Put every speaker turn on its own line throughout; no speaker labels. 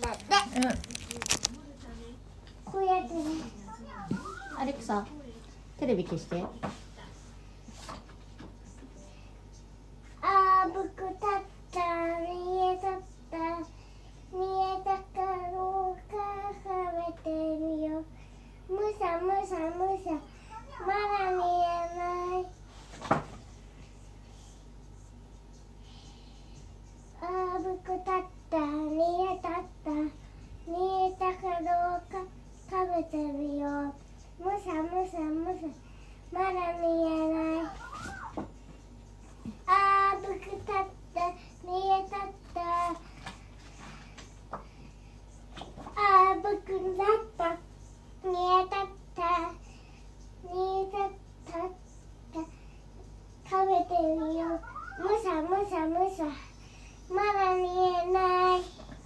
だって。
うん。
こうやってね。
アレクサ、テレビ消して。
あぶくたった見えたった見えたかどうか食べてるよ。むさむさむさまだ見えない。あぶくたった見えたった見えたかどうか食べてるよ。むさむさむさまだ見えない。あぶくたった見えたったあぶくなった見えたった見えたった食べてるよ。むさむさむさまだ見えない。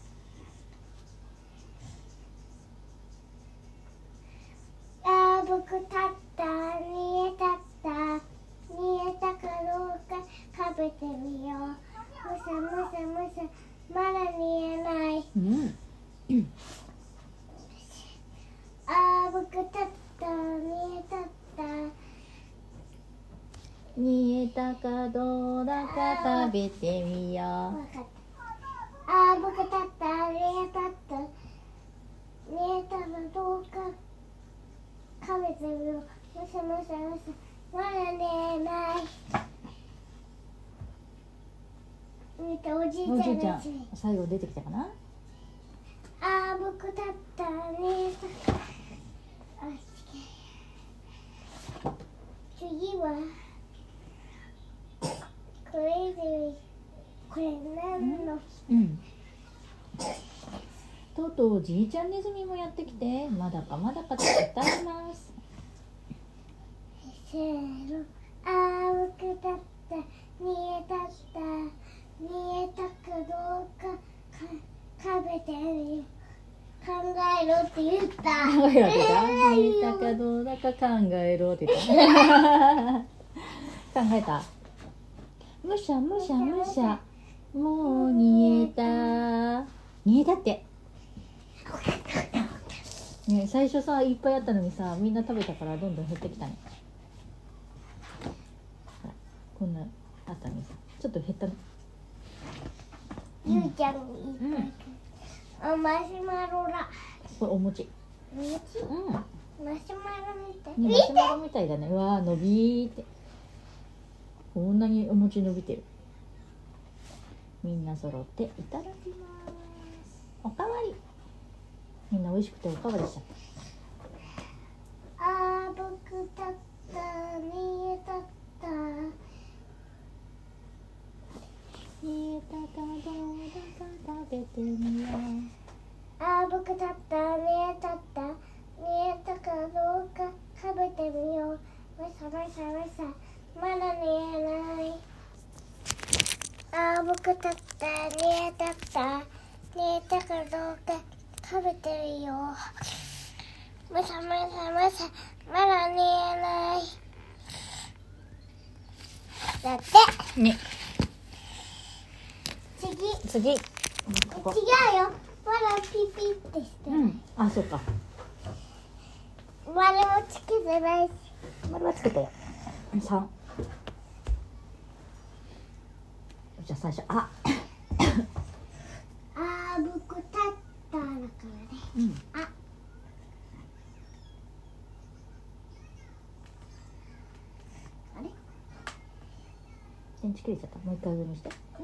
あぶくたった見えたった見えたかどうか食べてるよ。むさむさむさまだ見えない。
うん。
あぶくたった見えたった
見えたかどうだか食べてみよ
わかった。あぶくたった見えたった見えたかどうか食べてるよ。むさむさむさまだ見えない。見ておじいちゃん
う。おじいちゃん
の字。
最後出てきたかな。
あぶくたった見えたあ違う。次はこれでこれ何の
うん。とうとうじいちゃんネズミもやってきて、まだかまだかと歌います。
せーの。あぶくたった見えたった見えたかどうか食べてるよ。考えろって言った。
考えろって言った。見えたかどうだか考えろって言った考えた。むしゃむしゃむしゃもう煮えた。煮えたって、ね、最初さいっぱいあったのにさ、みんな食べたからどんどん減ってきたね。ほらこんなあったのにさちょっと減ったね。
ゆうちゃんに言った。あ、マシュマロだ。
これお餅。
お餅？
うん、
マシュマロみたい。
ね、マシュマロみたいだね。うわー伸びーって、こんなにお餅伸びてる。みんな揃っていただきます。おかわり。みんな美味しくておかわりしちゃった。
あぶくたった見えたった
見えたかどうだか食べてみよう。
あぶくたった見えたった見えたかどうか食べてみよう。むさむさむさまだ見えない。あぶくたった見えたった見えたかどうか食べてるよ。むさむさむさまだ見えない。だって
ね、
次。
次ここ。
違うよ。まだピピってしてる。
うん、あ、そうか。
丸もつけてないし。
丸はつけたよ。3。じゃあ最初あ
あぶくたっただからね。
うん。
あ。あれ？
電池切れちゃった。もう一回上にして。うん。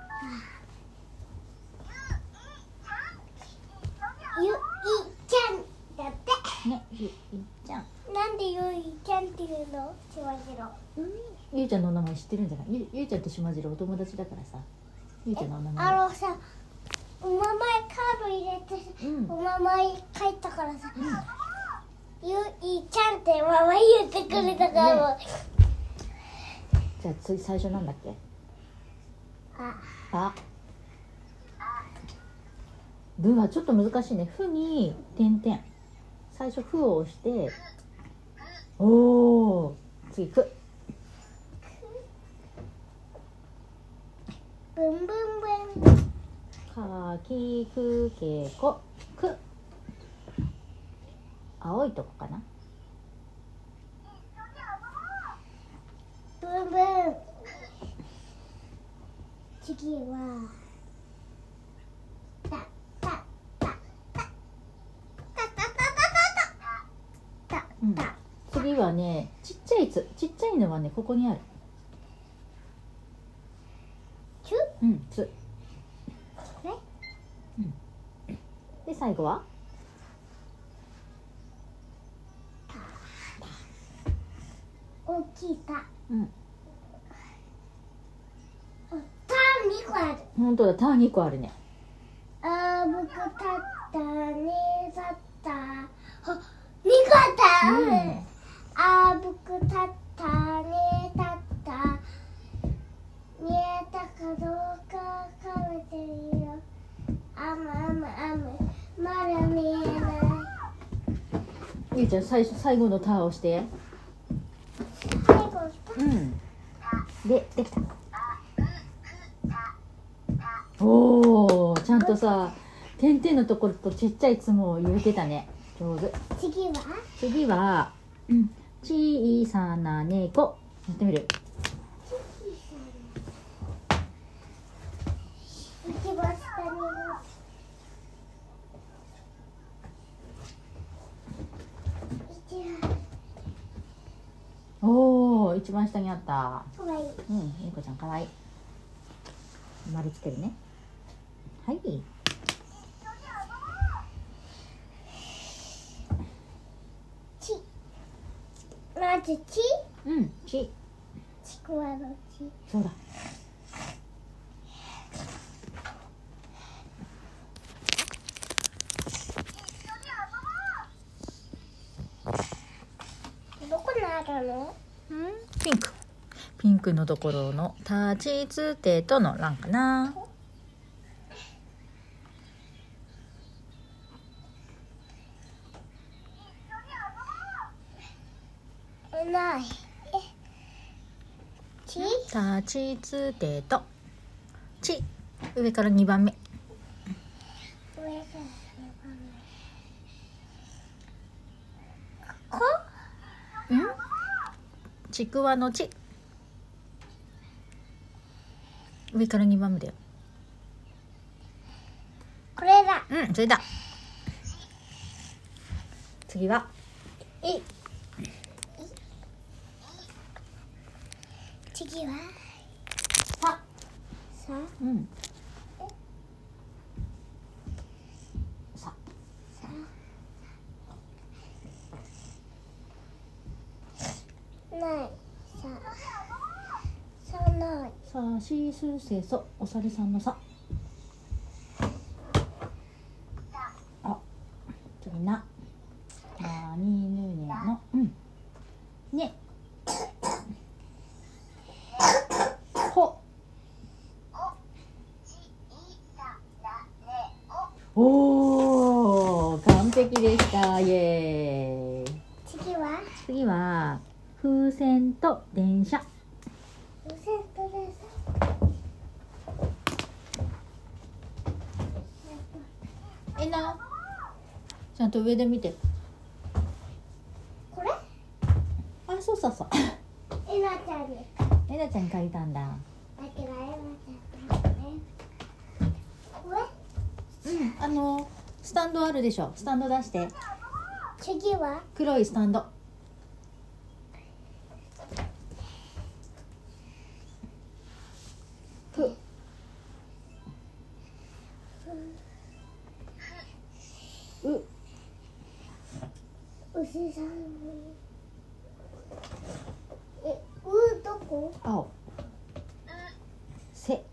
ゆいちゃんだって
ね、ゆいちゃん。
なんでゆいちゃんっていうの？しまじろう。
ゆいちゃんのお名前知ってるんじゃない？ゆいちゃんとしまじろうお友達だからさ。ゆいちゃんのお名前。
あのさ、お名前カード入れて、お名前書いたからさ、ゆいちゃんってママ言ってくれたからもう、
じゃあ次最初なんだっけ？あ。ぶはちょっと難しいね。ふに点々。最初ふを押して、おお。次く。
ブンブンブン。
かかきくけこく。青いとこかな。
ブンブン。次はたたたたたたたた
うん
た。
次はね、ちっちゃいのはね、ここにある。
チュ
うんつ。
ね。
で最後は
大きいた。
うん。
た2個ある。
本当だ、ター2個あるね。
あぶくたったねだったあ2個あった、
うん
あぶくたったねだった見えたかどうか食べてるよあむあむあむまだ見えない
ゆうちゃん最後のターをして。
最後
うんできた。おー、ちゃんとさ点々のところとちっちゃいつもを入れてたね。上手。次は、小さな猫やってみる。
一番下に
おー、一番下にあった。
かわいい
ゆうこちゃんかわいい。丸つけるね。はい。
まずちちくわのち
そうだ。
どこにあるの
ピンクのところの立ちつてとの欄かな。
ないち
立ちつてとち上から2番目。
上からこ
ちくわのち上から2番目だよ。
これだ
それだ。次はい
次は
さ
さ
さ
ないさない
さしすせそおさるさんのさ。あ、次なにぬねのねほ。おー、完璧でした。イエーイ。次は風船と電車。ちゃんと上で見て。
これ
あ、そうそうそう。
えなちゃんに
えなちゃん借りたんだ。
だけどえなちゃんだねこれ
スタンドあるでしょ。スタンド出して。
次は
黒いスタンド。ふ
牛さんどこ
青せ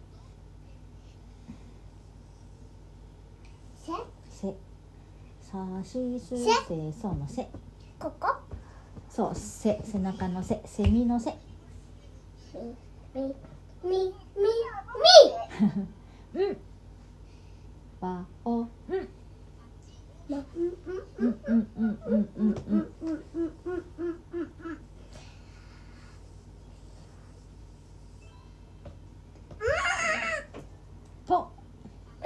さしすせそのせ。
ここ
そう、背中の背、セミの背。
み
わおと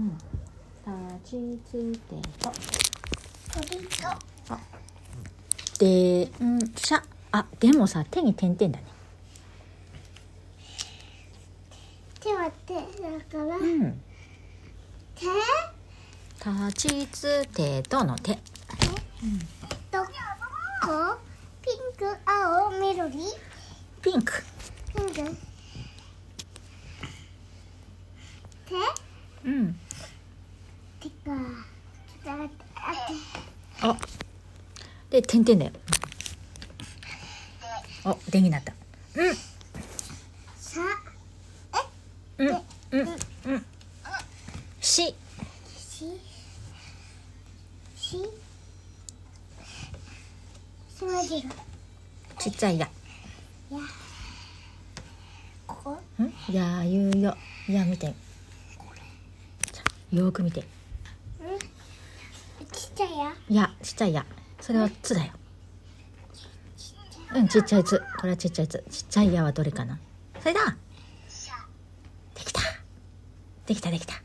立ちつてと。
鳥と。
電車。あ、でもさ、手に点々だね。
手は手だから。手。
立ちつてとの手。
どこ？ピンク、青、緑。
ピンク。
ピンク。手？手か。ちょっと待って。
あ、で点々だよ。お、手になった。
さ。
し。
しまじろ。
ちっちゃいや。
や。ここ。
やゆよ。や見て。よく見て。
ちっちゃいや。
や、ちっちゃいや。それはつだよ。ちっちゃいつ。これはちっちゃいつ。ちっちゃいやはどれかな。それだ。できた。できたできた。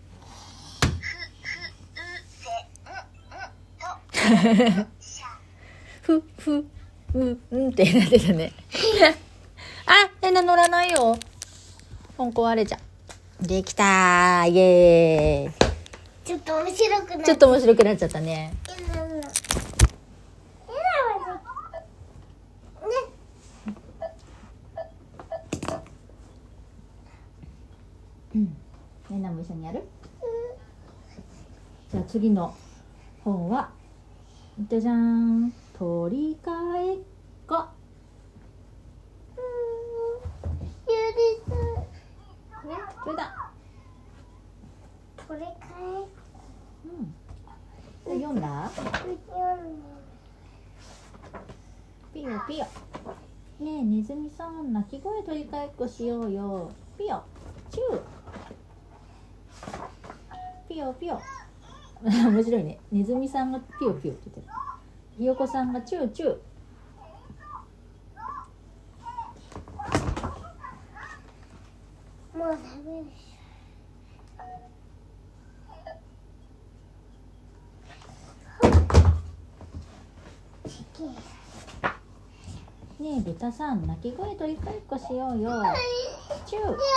ふってなってたね。あ、えな乗らないよ。本壊れちゃう。できたー、イエーイ。
ちょっと面白くなっ
ちょっと面白くなっちゃったね。みんなも一緒にやる？じゃあ次の本はじゃじゃーん、鳥飼いっ子。これだ。
これかい。
読んだ？ピヨピヨ。ねえネズミさん、鳴き声鳥飼いっこしようよ。ピヨチュー。ピヨピヨ。面白いね。ネズミさんがピヨピヨって言ってる。ひよこさんがチューチュー。
もう食べるし。
ねえ豚さん、鳴き声鳥飼いっこしようよ。チュー。こ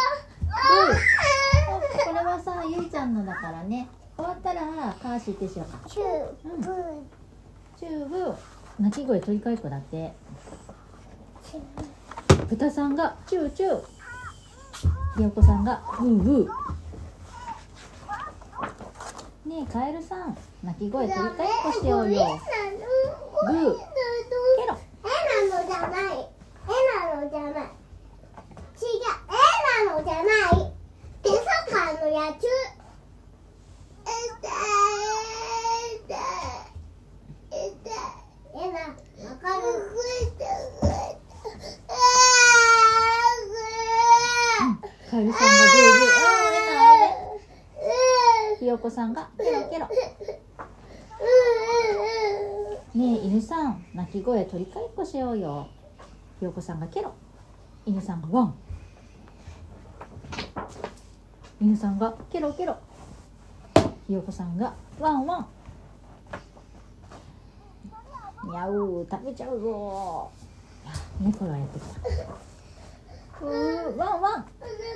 れはさ、ゆいちゃんのだからね。終わったらカーシーってしようか。
チューブ
チューブ。鳴き声鳥飼いっこだって。豚さんがチューチュー。ひよこさんがブーブー。ねえカエルさん、鳴き声鳥飼いっこしようよ。ブー。ケロ。
絵なのじゃない。絵なのじゃない。違う。絵なのじゃない。手坂のやつ。絵な。わかる。
カエルさんがブーブー。ひよこさんがケロケロ。ねえ犬さん、鳴き声鳥飼いっこしようよ。ひよこさんがケロ。犬さんがワン。犬さんがケロケロ。ひよこさんがワンワン。にゃう、食べちゃうぞ。猫がやってきた。ワンワン。ワン。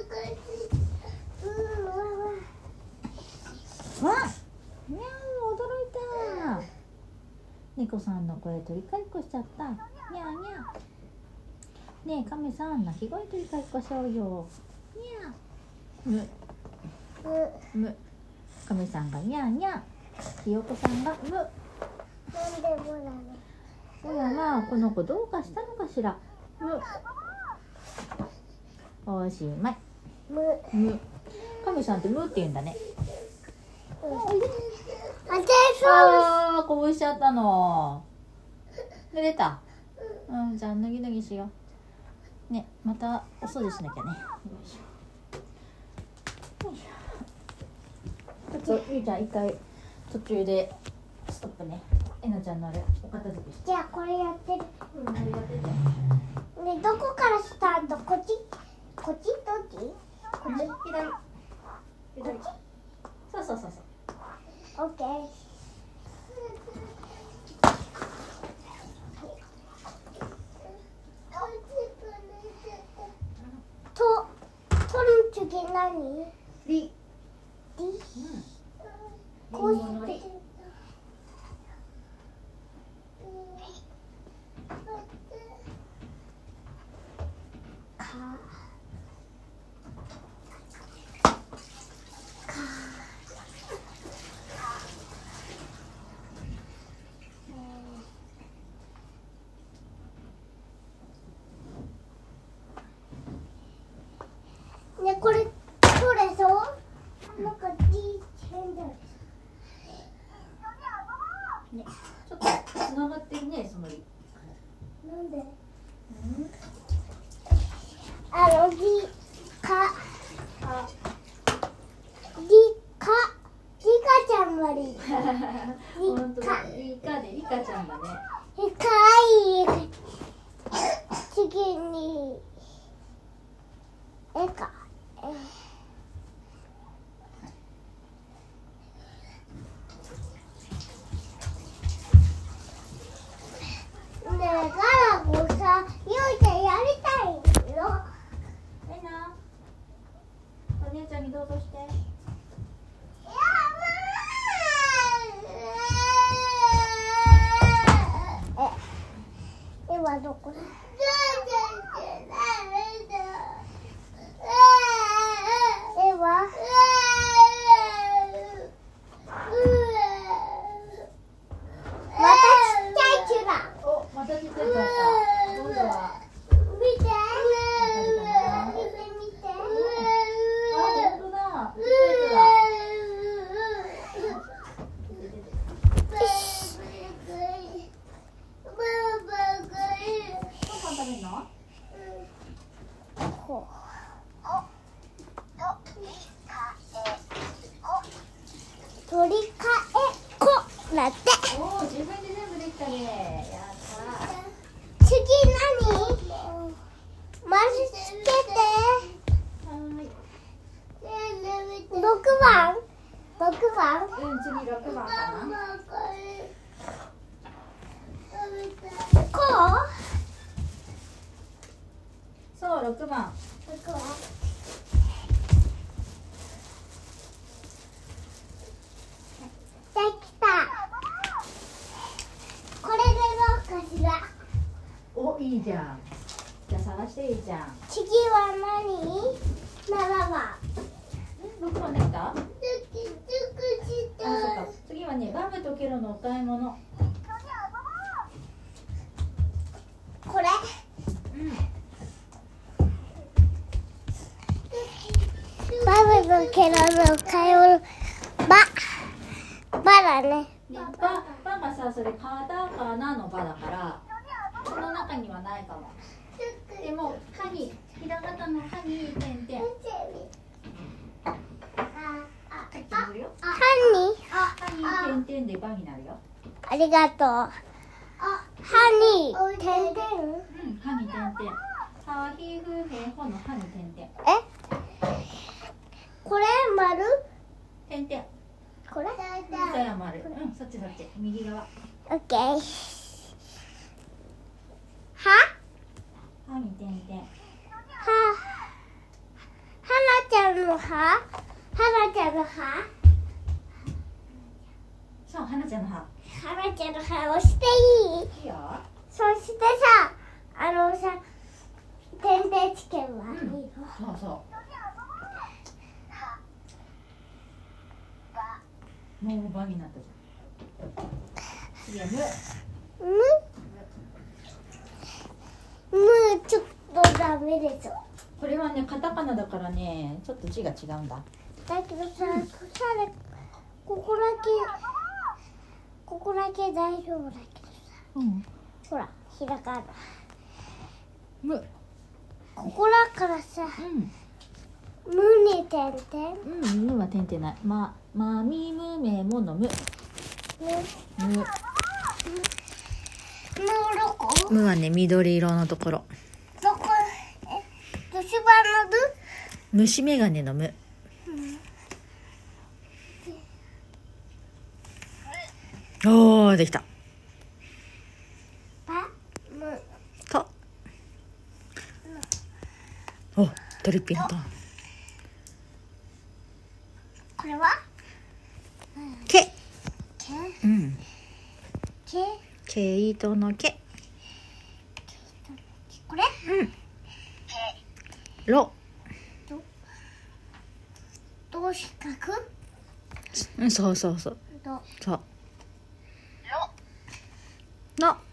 にゃう、驚いた。猫さんの声鳥飼いっこしちゃった。にゃーにゃー。ねえカメさん、鳴き声鳥飼いっこしようよ。にゃー。む。カメさんがにゃーにゃー。ひよこさんがむ。
なんでもなの。
おやまあ、この子どうかしたのかしら。む。おしまい。む。カメさんってむって言うんだね。あー、こぼしちゃったの。濡れた。じゃあ脱ぎ脱ぎしよう。ね、またお掃除しなきゃね。よいしょ。ちょっとゆうちゃん一回途中でストップね。えなちゃんのあれお片付けして。
じゃあこれやってる。
ありがとうね。
ね、どこからスタート？こっち？こっち？どっち？
こっち左。
こっち？
そそうそうそうそう。
オッケー。との次何？
り。
り。
こうして。
ね、これ取れそう？なんか字変だよ。
ね、ちょっとつながってるね、そのり。
なんで？
うん、
りかちゃんまで。
本当だ。りかでりかちゃんだね。
かわいい。次に絵か。ねえ、ガラゴさ、ゆうちゃんやりたいの？
えな、お姉ちゃんにどうぞして。
今どこだ？絵は？またちっちゃいチュラ。
お、またちっちゃくなった。今度は。
見て。
あ、本当だ。ちっちゃいチュラ。パン食べるの？
鳥かえこだって。
おお、自分で全部できたね。やった
次何？丸つけて。
ー。はい。
6番6番。
うん、次6番かな。
こ
そう、6番。
う？6番。できた。これでどうかしら。
お、いいじゃん。じゃあ探していいじゃん。
次は何？7番。
6番できた？あ、
つ
そっか。次はね、バブとケロのお買い物。
これ？
うん。
バブとケロの買い物。バだね。
ね、バがさ、それカタカナのバだからこの中にはないかも。でも歯に、ひらがたの歯に点々。
歯に？
歯に点々でバになるよ。
ありがとう。歯に点々？
うん、歯に点々。歯ひふへほの歯に点々。
これ丸？
点々。
これ？
そや丸。うん、そっちそっち。右側。
オッケー。
歯に点々。
はなちゃんの歯？はなちゃんの歯？
そう、はなちゃんの歯。
はなちゃんの歯押していい？
いいよ。
そしてさ、点々つけるわ。いいの？
そうそう。もうバになったじゃん。次は
ちょっとダメでしょ。
これはね、カタカナだからね、ちょっと字が違うんだ。
だけどさ、ここだけ大丈夫だけどさ。
うん。
ほら、ひらがな。
む。
ここだからさ、むに点々。
うん、むは点々ない。まみむめものむ。む。
どこ？
むはね、緑色のところ。
どこ？虫歯の
虫眼鏡のむ。 お、できた。
パム
と。お、トリッピーのと。
これは
け。
け
うん。
け
毛糸の毛。
これ
うん。ろ。
どう四角
うん、そうそうそう。
ど
そう。の。
の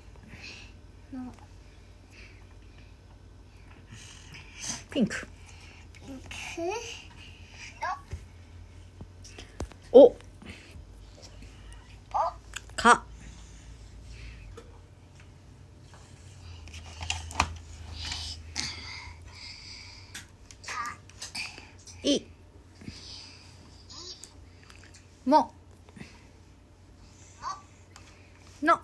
ピンク。
く
お。か。い。も。の。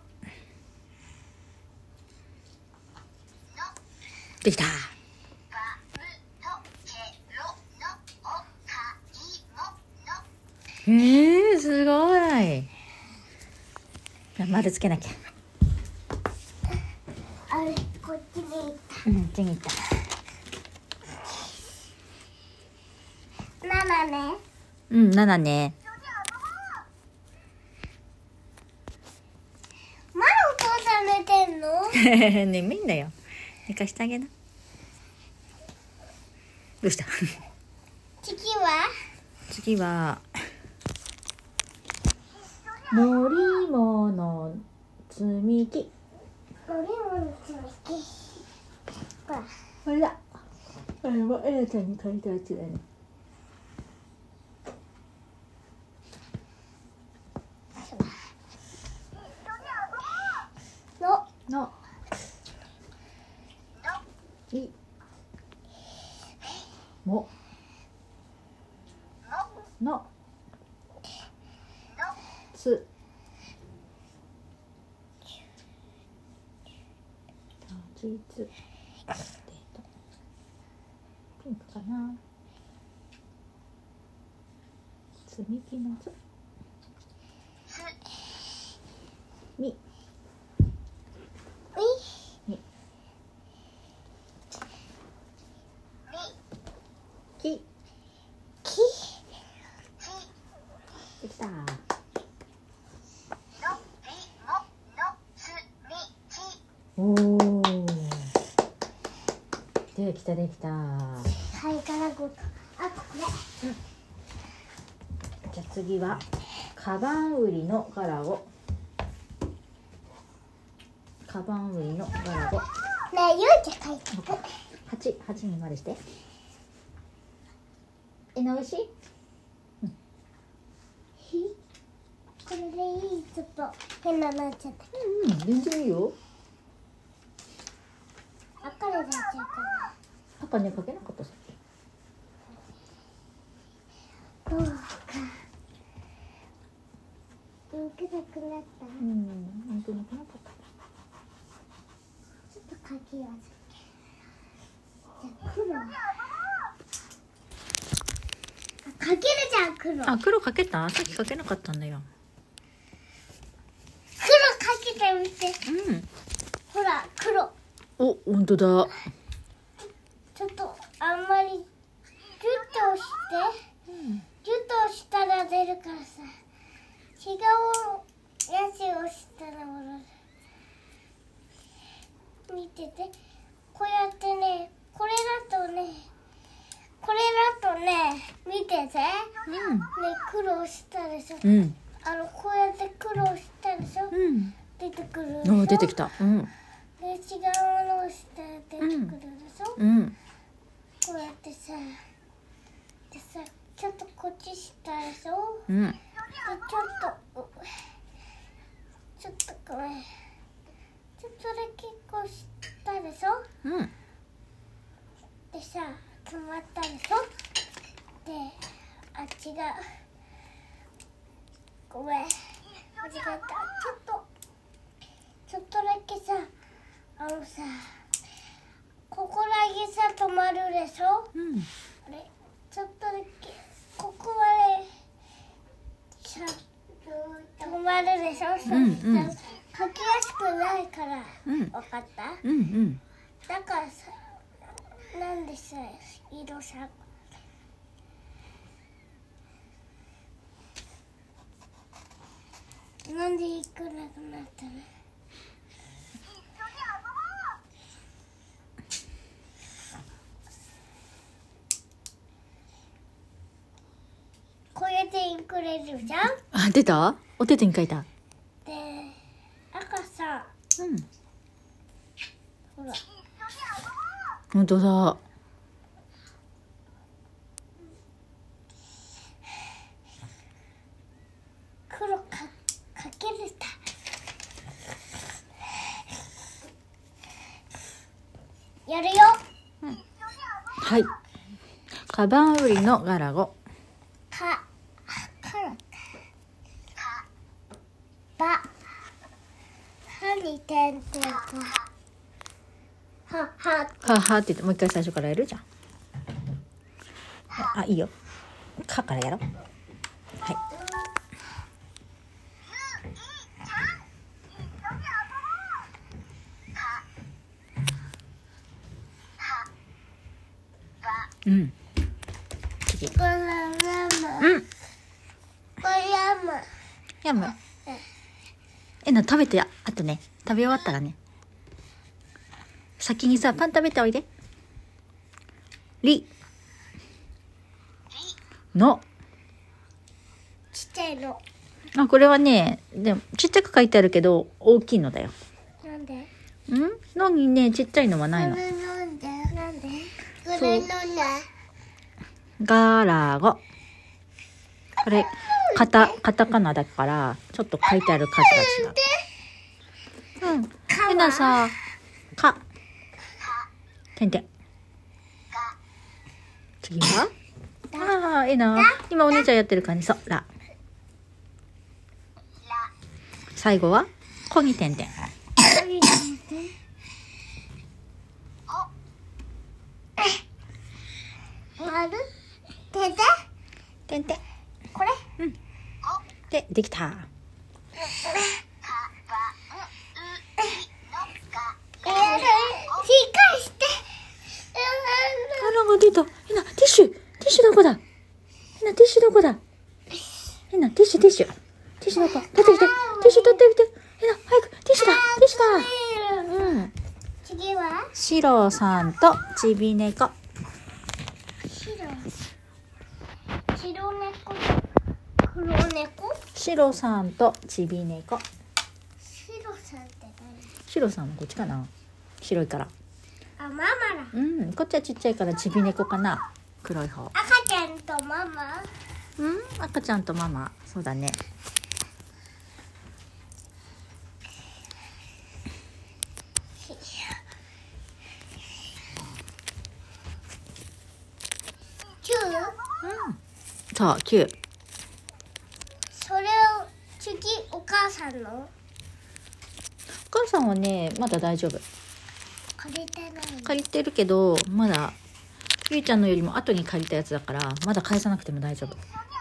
できた。すごい。丸つけなきゃ。
あれこっちに行っ
うん、次行った。
た7ね
うん、7ね。
まだお父さん寝てんの
眠いんだよ。寝かしてあげな。どうした
次は
次は乗り物積み木。
乗り物積み木ほら
これだ。あれはエラちゃんに書いたやつだよね。のいものつちつピンクかな。積み木のつみみき
き
できた。おー、できたできた。
はいからごとあとこれ
じゃあ次はカバン売りの柄をで
ねえゆうちゃん書いてく
8にまでして。直し
これでいいちょっと変ななっちゃった
うん、全然いいよ。
赤になっちゃったな
赤ね、かけなかったさっき。
どうかピンクなくなった
うん、本当になかった。
ちょっと書き忘れじゃあ黒書けるじゃん黒
あ、黒かけた？さっきかけなかったんだよ。
黒書けてみて
うん。
ほら黒
お、本当だ。
ちょっとあんまりギュッと押してギュッと押したら出るからさ違うやつを押したらほら見ててこうやってねこれだとね見ててね黒押したでしょ
うん。うん。
こうやって黒押したでしょ
うん。
出てくるでしょ
お、出てきた。うん。
で違うものをしたら出てくるでしょ、
うん。
こうやってさでさちょっとこっちしたでしょ
うん。
でちょっとごめんちょっとだけこうしたでしょ
うん。
でさ止まったでしょであっちがごめん間違ったちょっとだけささここだけさ止まるでしょ
うん。
あれちょっとだけここまでさ止まるでししょ。
うんうん
書きやすくないから。
うん
わかった？
うんうん
だからさ、なんでさ、色さ。なんで行くなくなったの？こうやってくれるじゃん。
あ、出た？お手手に書いた。
で、赤さ、
うん。
ほら。
本当だ。
黒かけれた。やるよ。
はい。カバン売りのガラゴ。
からばはに点々とは
ははって言ってもう一回最初からやるじゃん。あ、いいよ。かからやろう。はい。うん。次。
これラム
うん。
これラム
やむ。食べて、あとね、食べ終わったらね。先にさ、パン食べておいで。り。の。
ちっちゃいの。
あ、これはね、でもちっちゃく書いてあるけど、大きいのだよ。
なんで？
のにね、ちっちゃいのはないの。
なんで？これのね。
ガラゴ。これ、カタカナだから、ちょっと書いてある数が違う。うん。えなさ、か。てんてん。次はああ、えな。今お姉ちゃんやってる感じ。そう、ら。最後は、こにてんてん。
丸てんてん
てんてん。
これ？
うん。で、できた。
しっかりして。
あらが出た。えな、ティッシュどこだ。えな、ティッシュどこだ。えな、ティッシュどこ。取ってきて。ティッシュ取ってきて。えな、早く、ティッシュだ。うん。
次は？
シロさんとちび猫。
白猫。黒猫？
シロさんとちび猫。
白さんって何？
シロさんはこっちかな。白いから。
あ、ママだ。
うん、こっちはちっちゃいからちび猫かな。黒い方。
赤ちゃんとママ？
赤ちゃんとママ。そうだね。そう、9。
それを次お母さんの？
お母さんはね、まだ大丈夫。
借りてない。
借りてるけど、まだ、ゆいちゃんのよりも後に借りたやつだから、まだ返さなくても大丈夫。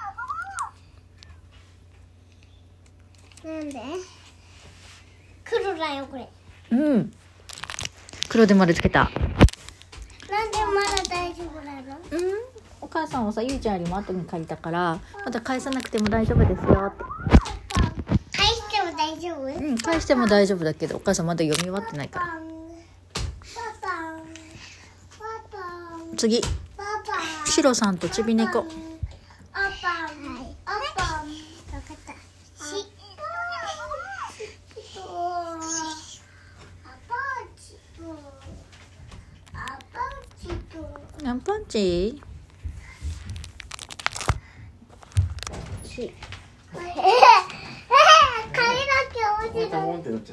なんで？黒だよ、これ。
うん。黒で丸つけた。
なんでまだ大丈夫なの？
お母さんはさ、ゆいちゃんよりも後に借りたから、まだ返さなくても大丈夫ですよって。
返しても大丈夫？
返しても大丈夫だけど、お母さんまだ読み終わってないから。次、シロさんとちび猫。何パンチ？し。
またモンってなっちゃった。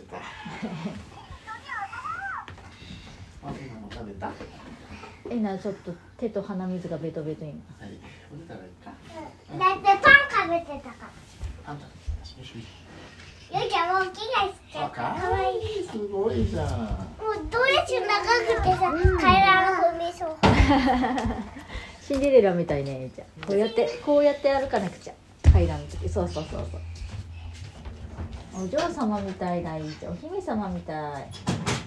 食べた？
えな、ちょっと手と鼻水がベトベト今。
はい。お出たらいいか。
だってパン食べてたから。
あんた。
ゆいちゃんもう着替えしちゃうからかわいい。
すごいじゃん。
もうドレス長くてさ、階段踏みそう。
シンデレラみたいね、ゆいちゃん。こうやって歩かなくちゃ。階段の時。そう。 お嬢様みたいだい。お姫様みたい。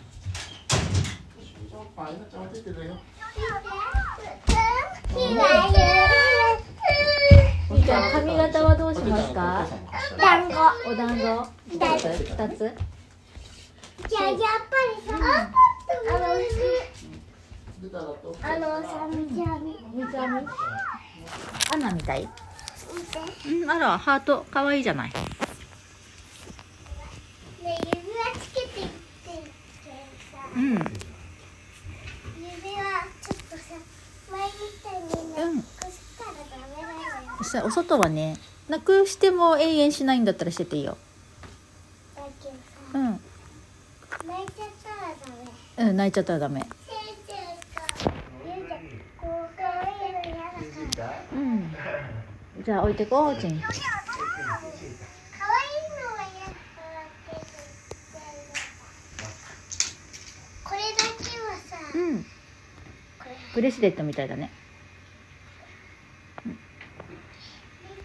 みーちゃん、髪型はどうしますか？
団子。
お団子2つ？
じゃあやっぱりさ、さみちゃん
みちゃみアナみたい？
見て。
うん、あら、ハートかわいいじゃない。
ね、指輪つけていってさ、
うん
指輪ちょっとさ、前みたいになくしたらダメだよ。
さお外はね、なくしても永遠しないんだったらしてていいよ。
だけどさ、
うん
泣いちゃったらダメ。
うん、泣いちゃったらダメ。
せいちゃんか、ゆうちゃん、こうかわいいの嫌だから。
うんじゃあ置いてこう、おうちに。
可愛いのは嫌だからって言ってるのさ。これだけはさ、
うん
これ
ブレスレットみたいだね。